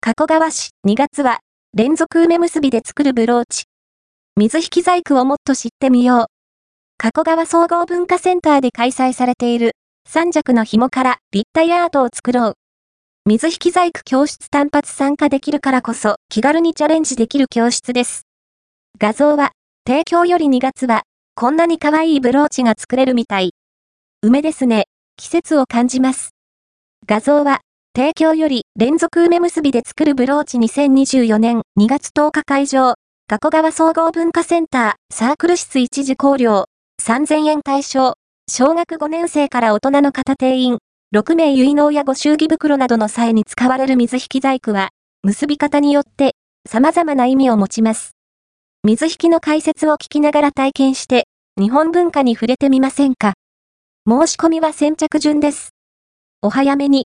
加古川市2月は、連続梅結びで作るブローチ。水引細工をもっと知ってみよう。加古川総合文化センターで開催されている、三尺の紐から立体アートを作ろう。水引細工教室単発参加できるからこそ、気軽にチャレンジできる教室です。画像は、提供より2月は、こんなに可愛いブローチが作れるみたい。梅ですね。季節を感じます。画像は、提供より連続梅結びで作るブローチ2024年2月10日会場。加古川総合文化センターサークル室一時考慮。3000円対象。小学5年生から大人の方定員。6名結納やご祝儀袋などの際に使われる水引細工は、結び方によって様々な意味を持ちます。水引の解説を聞きながら体験して、日本文化に触れてみませんか。申し込みは先着順です。お早めに。